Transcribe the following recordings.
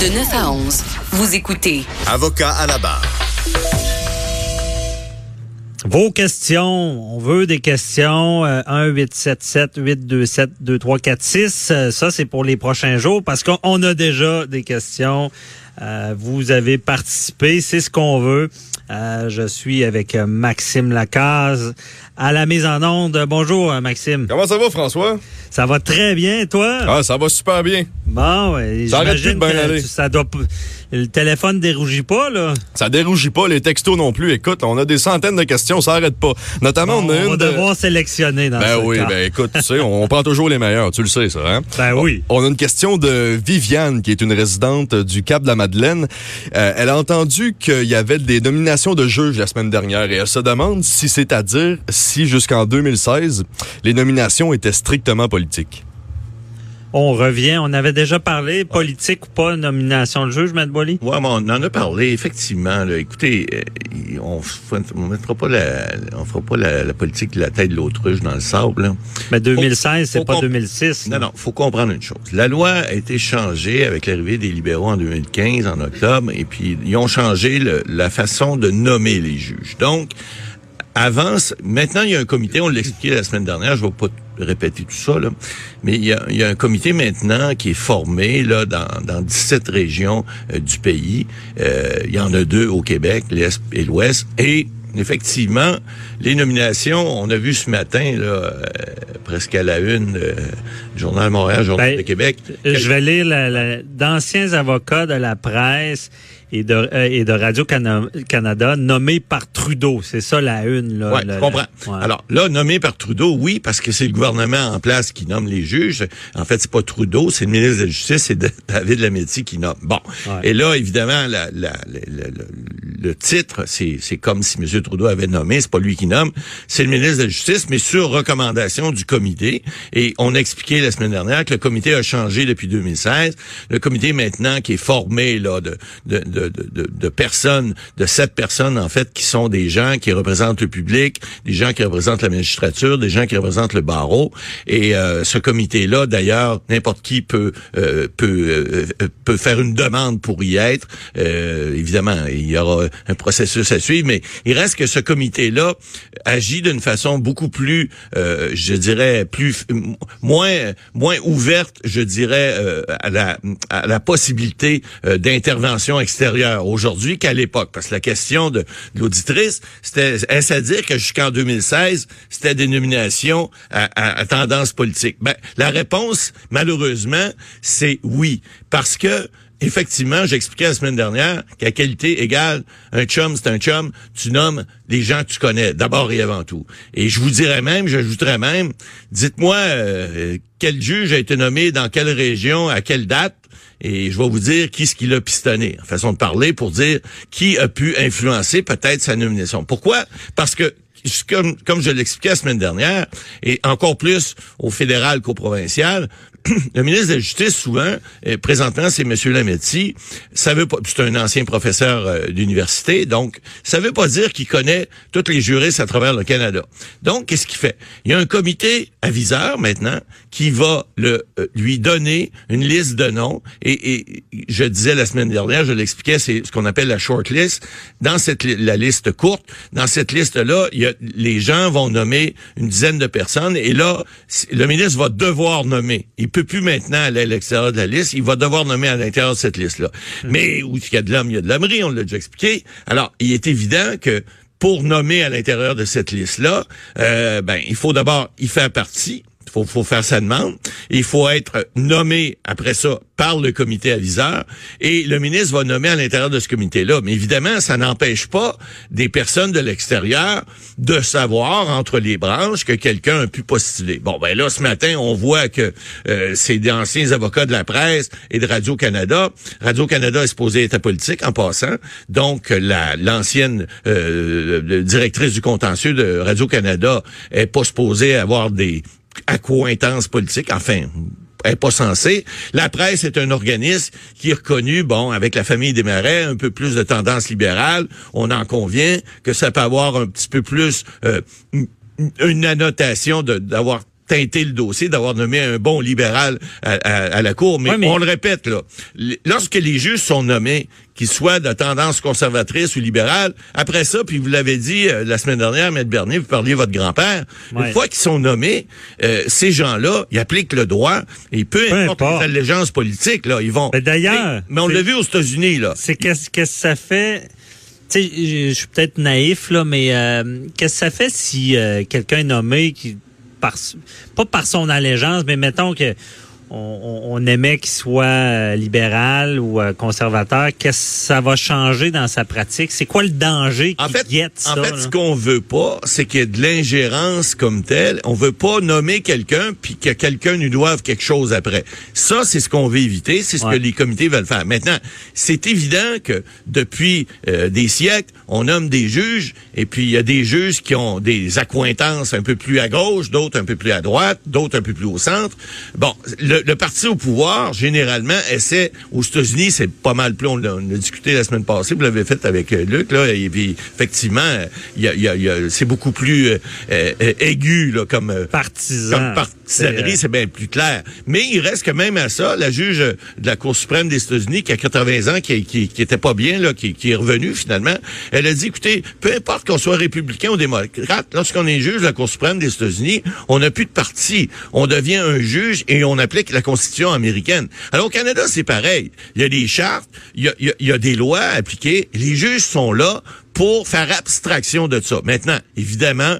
De 9 à 11, vous écoutez Avocat à la barre. Vos questions, on veut des questions, 1-877-827-2346. Ça, c'est pour les prochains jours parce qu'on a déjà des questions. Vous avez participé, c'est ce qu'on veut. Je suis avec Maxime Lacaze à la mise en onde. Bonjour, Maxime. Comment ça va, François? Ça va très bien, toi? Ah, ça va super bien. Bon, ouais, ça arrête plus de bien aller. Ça doit... Le téléphone dérougit pas, là? Ça dérougit pas, les textos non plus. Écoute, on a des centaines de questions, ça arrête pas. Notamment, on a une... On va devoir sélectionner dans ce cas. Ben écoute, tu sais, on prend toujours les meilleurs, tu le sais, ça, hein? Ben oui. On a une question de Viviane, qui est une résidente du Cap-de-la-Madeleine. Elle a entendu qu'il y avait des nominations de juges la semaine dernière et elle se demande si c'est-à-dire si jusqu'en 2016, les nominations étaient strictement politiques. On revient, on avait déjà parlé, politique ou pas, nomination de juge, M. Boily? Oui, mais on en a parlé, effectivement. Là. Écoutez, on fera pas la politique de la tête de l'autruche dans le sable. Là. Mais 2016, c'est pas 2006. Non, faut comprendre une chose. La loi a été changée avec l'arrivée des libéraux en 2015, en octobre, et puis ils ont changé la façon de nommer les juges. Donc, maintenant, il y a un comité, on l'a expliqué la semaine dernière, je ne vais pas répéter tout ça, là, mais il y a un comité maintenant qui est formé là dans 17 régions du pays. Il y en a 2 au Québec, l'Est et l'Ouest, et effectivement, les nominations, on a vu ce matin, là, presque à la une, Journal de Montréal, Journal de Québec. Je vais lire d'anciens avocats de la presse et de Radio-Canada nommés par Trudeau. C'est ça la une, là. Ouais, je comprends. Ouais. Alors, là, nommé par Trudeau, oui, parce que c'est le gouvernement en place qui nomme les juges. En fait, c'est pas Trudeau, c'est le ministre de la Justice, c'est David Lametti qui nomme. Bon. Ouais. Et là, évidemment, le titre, c'est comme si M. Trudeau avait nommé, c'est pas lui qui nomme, c'est le ministre de la Justice, mais sur recommandation du comité. Et on a expliqué la semaine dernière que le comité a changé depuis 2016. Le comité, maintenant, qui est formé, là, de personnes, de 7 personnes, en fait, qui sont des gens qui représentent le public, des gens qui représentent la magistrature, des gens qui représentent le barreau. Et ce comité-là, d'ailleurs, n'importe qui peut faire une demande pour y être. Évidemment, il y aura un processus à suivre, mais il reste que ce comité-là agit d'une façon beaucoup plus, je dirais, moins ouverte, je dirais, à la possibilité d'intervention extérieure aujourd'hui qu'à l'époque. Parce que la question de l'auditrice, c'était, est-ce à dire que jusqu'en 2016, c'était des nominations à tendance politique? Ben, la réponse, malheureusement, c'est oui. Parce que, effectivement, j'expliquais la semaine dernière qu'à qualité égale, un chum, c'est un chum, tu nommes les gens que tu connais, d'abord et avant tout. Et je vous dirais même, j'ajouterais même, dites-moi quel juge a été nommé dans quelle région, à quelle date, et je vais vous dire qui ce qui l'a pistonné, en façon de parler, pour dire qui a pu influencer peut-être sa nomination. Pourquoi? Parce que comme je l'expliquais la semaine dernière, et encore plus au fédéral qu'au provincial, le ministre de la Justice, souvent, présentement, c'est M. Lametti, ça veut pas, c'est un ancien professeur d'université, donc ça veut pas dire qu'il connaît tous les juristes à travers le Canada. Donc, qu'est-ce qu'il fait? Il y a un comité aviseur, maintenant, qui va lui donner une liste de noms, et je disais la semaine dernière, je l'expliquais, c'est ce qu'on appelle la short list. Dans la liste courte, dans cette liste-là, les gens vont nommer une dizaine de personnes, et là, le ministre va devoir nommer. Il peut plus maintenant aller à l'extérieur de la liste, il va devoir nommer à l'intérieur de cette liste-là. Mais où il y a de l'homme, il y a de l'hommerie, on l'a déjà expliqué. Alors, il est évident que pour nommer à l'intérieur de cette liste-là, il faut d'abord y faire partie. Faut faire sa demande. Il faut être nommé après ça par le comité aviseur et le ministre va nommer à l'intérieur de ce comité-là. Mais évidemment, ça n'empêche pas des personnes de l'extérieur de savoir entre les branches que quelqu'un a pu postuler. Bon, ben là, ce matin, on voit que c'est des anciens avocats de la presse et de Radio-Canada. Radio-Canada est supposé être apolitique en passant. Donc, l'ancienne directrice du contentieux de Radio-Canada est pas supposée avoir des accointances politiques, enfin, est pas censée. La presse est un organisme qui est reconnu, avec la famille Desmarais, un peu plus de tendance libérale. On en convient que ça peut avoir un petit peu plus une annotation d'avoir teinté le dossier d'avoir nommé un bon libéral à la Cour. Mais on le répète, là, lorsque les juges sont nommés, qu'ils soient de tendance conservatrice ou libérale, après ça, puis vous l'avez dit la semaine dernière, Maître Bernier, vous parliez de votre grand-père, une fois qu'ils sont nommés, ces gens-là, ils appliquent le droit, et peu importe les allégeances politiques, là, ils vont... Mais d'ailleurs... Mais on l'a vu aux États-Unis, là. C'est qu'est-ce que ça fait... Tu sais, je suis peut-être naïf, là, mais qu'est-ce que ça fait si quelqu'un est nommé qui... pas par son allégeance, mais mettons que on aimait qu'il soit libéral ou conservateur, qu'est-ce que ça va changer dans sa pratique? C'est quoi le danger qui guette ça? En fait, ce qu'on veut pas, c'est qu'il y ait de l'ingérence comme telle. On veut pas nommer quelqu'un puis que quelqu'un nous doive quelque chose après. Ça, c'est ce qu'on veut éviter. C'est ce que les comités veulent faire. Maintenant, c'est évident que depuis des siècles, on nomme des juges et puis il y a des juges qui ont des accointances un peu plus à gauche, d'autres un peu plus à droite, d'autres un peu plus au centre. Bon, le parti au pouvoir, généralement, essaie, aux États-Unis, c'est pas mal plus, on a discuté la semaine passée, vous l'avez fait avec Luc, là, et puis, effectivement, c'est beaucoup plus aigu, là, comme partisanerie, c'est bien plus clair. Mais il reste que même à ça, la juge de la Cour suprême des États-Unis, qui a 80 ans, qui était pas bien, là, qui est revenue, finalement, elle a dit, écoutez, peu importe qu'on soit républicain ou démocrate, lorsqu'on est juge de la Cour suprême des États-Unis, on n'a plus de parti. On devient un juge et on applique la Constitution américaine. Alors, au Canada, c'est pareil. Il y a des chartes, il y a des lois à appliquer. Les juges sont là pour faire abstraction de ça. Maintenant, évidemment,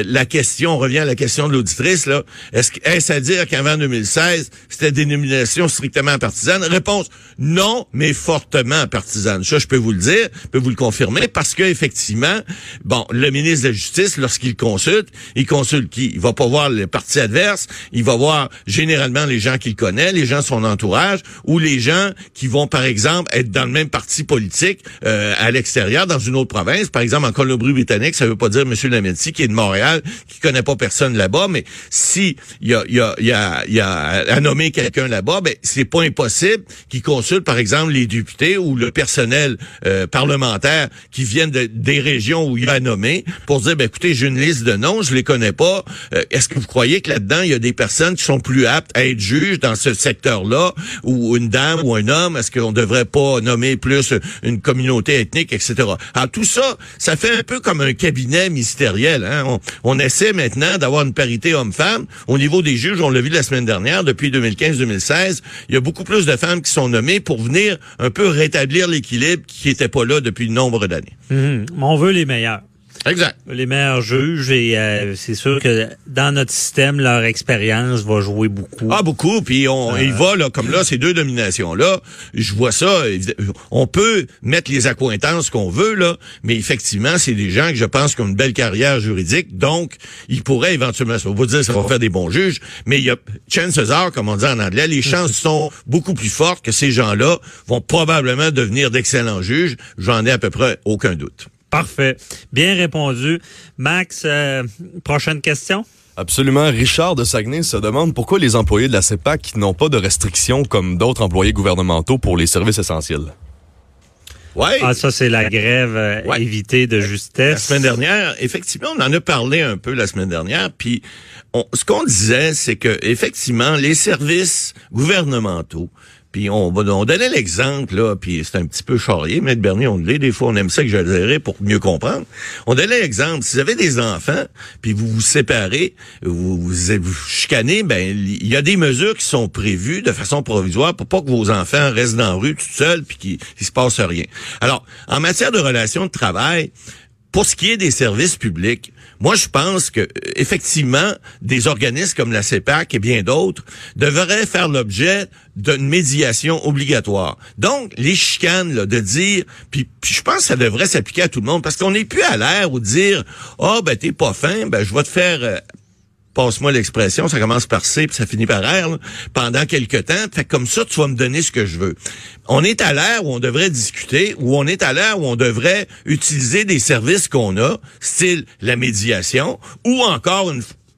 on revient à la question de l'auditrice, là. Est-ce à dire qu'avant 2016, c'était des nominations strictement partisanes? Réponse, non, mais fortement partisanes. Ça, je peux vous le dire, je peux vous le confirmer, parce que, effectivement, bon, le ministre de la Justice, lorsqu'il consulte qui? Il va pas voir le parti adverse, il va voir généralement les gens qu'il connaît, les gens de son entourage, ou les gens qui vont, par exemple, être dans le même parti politique, à l'extérieur, dans une autre province. Par exemple, en Colombie-Britannique, ça veut pas dire M. Lametti qui est de Montréal, qui connaît pas personne là-bas, mais si il y a à nommer quelqu'un là-bas, ben c'est pas impossible qu'il consulte, par exemple, les députés ou le personnel parlementaire qui viennent des régions où il a nommé pour dire, ben écoutez, j'ai une liste de noms, je les connais pas. Est-ce que vous croyez que là-dedans, il y a des personnes qui sont plus aptes à être juges dans ce secteur-là, ou une dame ou un homme? Est-ce qu'on devrait pas nommer plus une communauté ethnique, etc.? Alors, tout ça, ça fait un peu comme un cabinet ministériel. Hein? On essaie maintenant d'avoir une parité homme-femme. Au niveau des juges, on l'a vu la semaine dernière, depuis 2015-2016, il y a beaucoup plus de femmes qui sont nommées pour venir un peu rétablir l'équilibre qui n'était pas là depuis de nombreuses années. On veut les meilleurs. Exact. Les meilleurs juges, et c'est sûr que dans notre système, leur expérience va jouer beaucoup. Ah, beaucoup, puis il va, là, comme là, ces deux nominations-là, je vois ça, on peut mettre les accointances qu'on veut, là, mais effectivement, c'est des gens que je pense qui ont une belle carrière juridique, donc, ils pourraient éventuellement, ça va vous dire, ça va faire des bons juges, mais il y a, chances are, comme on dit en anglais, les chances sont beaucoup plus fortes que ces gens-là vont probablement devenir d'excellents juges, j'en ai à peu près aucun doute. Parfait. Bien répondu. Max, prochaine question? Absolument. Richard de Saguenay se demande pourquoi les employés de la CEPAC n'ont pas de restrictions comme d'autres employés gouvernementaux pour les services essentiels. Ouais. Ah, ça, c'est la grève évitée de justesse. La semaine dernière, effectivement, on en a parlé un peu la semaine dernière, puis ce qu'on disait, c'est que effectivement, les services gouvernementaux, puis on donnait l'exemple, là, puis c'est un petit peu charrié, Maître Bernier, on l'est, des fois on aime ça que je le dirais pour mieux comprendre. On donnait l'exemple, si vous avez des enfants, puis vous vous séparez, vous chicanez, ben il y a des mesures qui sont prévues de façon provisoire pour pas que vos enfants restent dans la rue tout seuls puis qu'il se passe rien. Alors, en matière de relations de travail, pour ce qui est des services publics, moi, je pense que effectivement, des organismes comme la CEPAC et bien d'autres devraient faire l'objet d'une médiation obligatoire. Donc, les chicanes, là, de dire, puis je pense que ça devrait s'appliquer à tout le monde, parce qu'on n'est plus à l'ère où dire, ben t'es pas fin, ben je vais te faire passe-moi l'expression, ça commence par C puis ça finit par R, là, pendant quelque temps. Fait que comme ça, tu vas me donner ce que je veux. On est à l'ère où on devrait discuter, où on est à l'ère où on devrait utiliser des services qu'on a, style la médiation, ou encore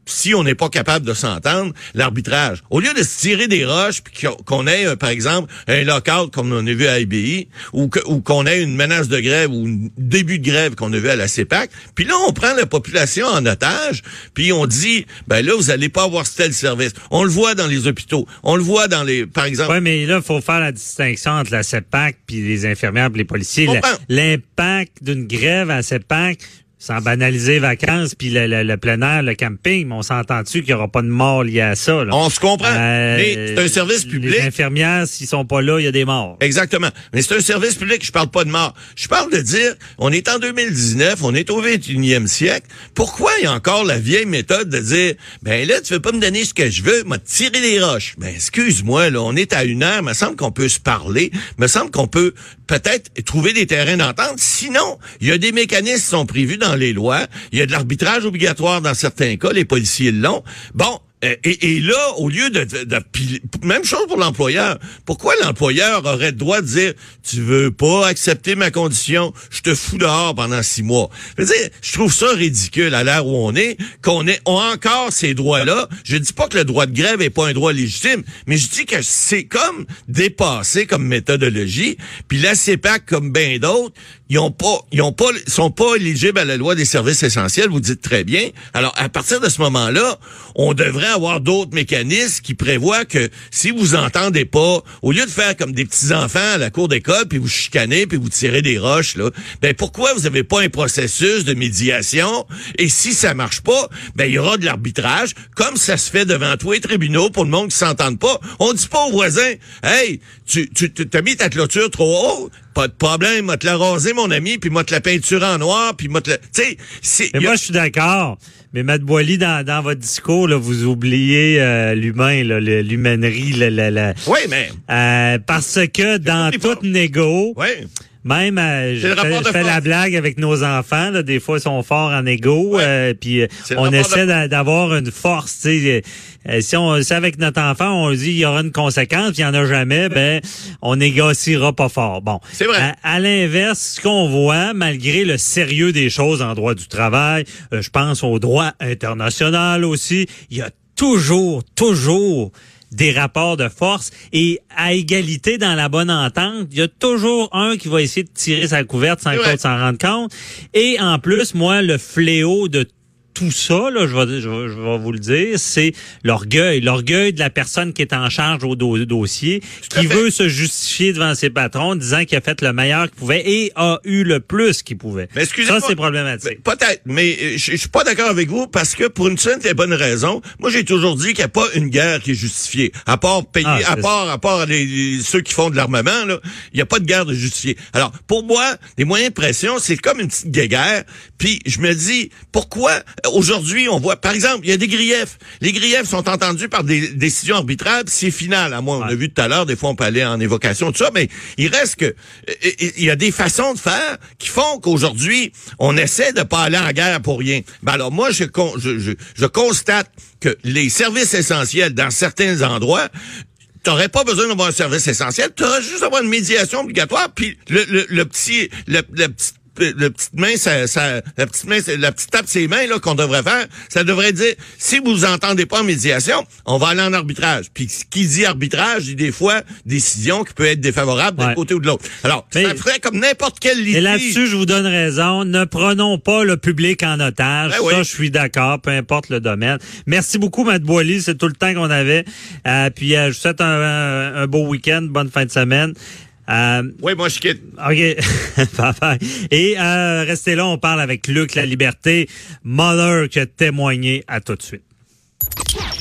si on n'est pas capable de s'entendre, l'arbitrage. Au lieu de se tirer des roches, puis qu'on ait, par exemple, un lockout comme on a vu à IBI, ou qu'on ait une menace de grève ou un début de grève qu'on a vu à la CEPAC, puis là, on prend la population en otage, puis on dit, ben là, vous allez pas avoir tel service. On le voit dans les hôpitaux. On le voit dans les, par exemple... Oui, mais là, il faut faire la distinction entre la CEPAC puis les infirmières et les policiers. L'impact d'une grève à la CEPAC, sans banaliser les vacances, puis le plein air, le camping, mais on s'entend-tu qu'il n'y aura pas de mort liée à ça? Là? On se comprend, mais c'est un service public. Les infirmières, s'ils sont pas là, il y a des morts. Exactement. Mais c'est un service public, je parle pas de mort. Je parle de dire, on est en 2019, on est au 21e siècle, pourquoi il y a encore la vieille méthode de dire, ben là, tu veux pas me donner ce que je veux, m'a tiré des roches. Ben, excuse-moi, là, on est à 1 heure, me semble qu'on peut se parler, me semble qu'on peut peut-être trouver des terrains d'entente. Sinon, il y a des mécanismes qui sont prévus dans les lois. Il y a de l'arbitrage obligatoire dans certains cas. Les policiers l'ont. Bon. Et là, au lieu de même chose pour l'employeur. Pourquoi l'employeur aurait le droit de dire, tu veux pas accepter ma condition, je te fous dehors pendant 6 mois. Je trouve ça ridicule à l'heure où on est, qu'on a encore ces droits-là. Je dis pas que le droit de grève est pas un droit légitime, mais je dis que c'est comme dépassé comme méthodologie. Puis la CEPAC, comme bien d'autres, sont pas éligibles à la loi des services essentiels. Vous dites très bien. Alors, à partir de ce moment-là, on devrait avoir d'autres mécanismes qui prévoient que si vous entendez pas, au lieu de faire comme des petits-enfants à la cour d'école, puis vous chicanez, puis vous tirez des roches, là, ben pourquoi vous avez pas un processus de médiation? Et si ça marche pas, ben il y aura de l'arbitrage, comme ça se fait devant tous les tribunaux pour le monde qui s'entende pas. On dit pas aux voisins, hey, tu t'as mis ta clôture trop haut, pas de problème, m'a te la rasé, mon ami, puis m'a te la peinture en noir, puis m'a te la... Tu sais, moi, je suis d'accord. Mais Matt Boily, dans votre discours, là, vous oubliez l'humain, là, l'humanerie, Oui, mais... parce que dans toute négo... Oui. Même, je fais la blague avec nos enfants, là, des fois ils sont forts en égo, puis on essaie d'avoir une force, tu sais. Si avec notre enfant, on dit il y aura une conséquence, puis il n'y en a jamais, ben on négociera pas fort. Bon, c'est vrai. À l'inverse, ce qu'on voit, malgré le sérieux des choses en droit du travail, je pense au droit international aussi, il y a toujours des rapports de force, et à égalité dans la bonne entente, il y a toujours un qui va essayer de tirer sa couverte sans que l'autre s'en rende compte. Et en plus, moi, le fléau de tout ça, là, je vais vous le dire, c'est l'orgueil de la personne qui est en charge au dossier, qui veut se justifier devant ses patrons, disant qu'il a fait le meilleur qu'il pouvait et a eu le plus qu'il pouvait. Mais excusez-moi, ça, c'est problématique. Peut-être, mais je suis pas d'accord avec vous parce que pour une simple et bonne raison, moi j'ai toujours dit qu'il n'y a pas une guerre qui est justifiée. À part payer, à part ceux qui font de l'armement, là, il n'y a pas de guerre de justifiée. Alors, pour moi, les moyens de pression, c'est comme une petite guéguerre. Puis je me dis, pourquoi aujourd'hui, on voit, par exemple, il y a des griefs. Les griefs sont entendus par des décisions arbitraires, puis c'est final. À moi, on a vu tout à l'heure, des fois, on peut aller en évocation, tout ça, mais il reste que il y a des façons de faire qui font qu'aujourd'hui, on essaie de pas aller en guerre pour rien. Ben alors, moi, je constate que les services essentiels, dans certains endroits, t'aurais pas besoin d'avoir un service essentiel, t'aurais juste avoir une médiation obligatoire, puis la petite tape ses mains là qu'on devrait faire, ça devrait dire si vous entendez pas en médiation, on va aller en arbitrage. Puis qui dit arbitrage dit des fois décision qui peut être défavorable d'un côté ou de l'autre. Alors, ça ferait comme n'importe quel litige. Et là-dessus, je vous donne raison, ne prenons pas le public en otage. Ça, je suis d'accord, peu importe le domaine. Merci beaucoup, Matt Boily, c'est tout le temps qu'on avait. Puis je vous souhaite un beau week-end, bonne fin de semaine. Oui, moi, je quitte. OK. Bye-bye. Et restez là, on parle avec Luc La Liberté, Mother, qui a témoigné. À tout de suite.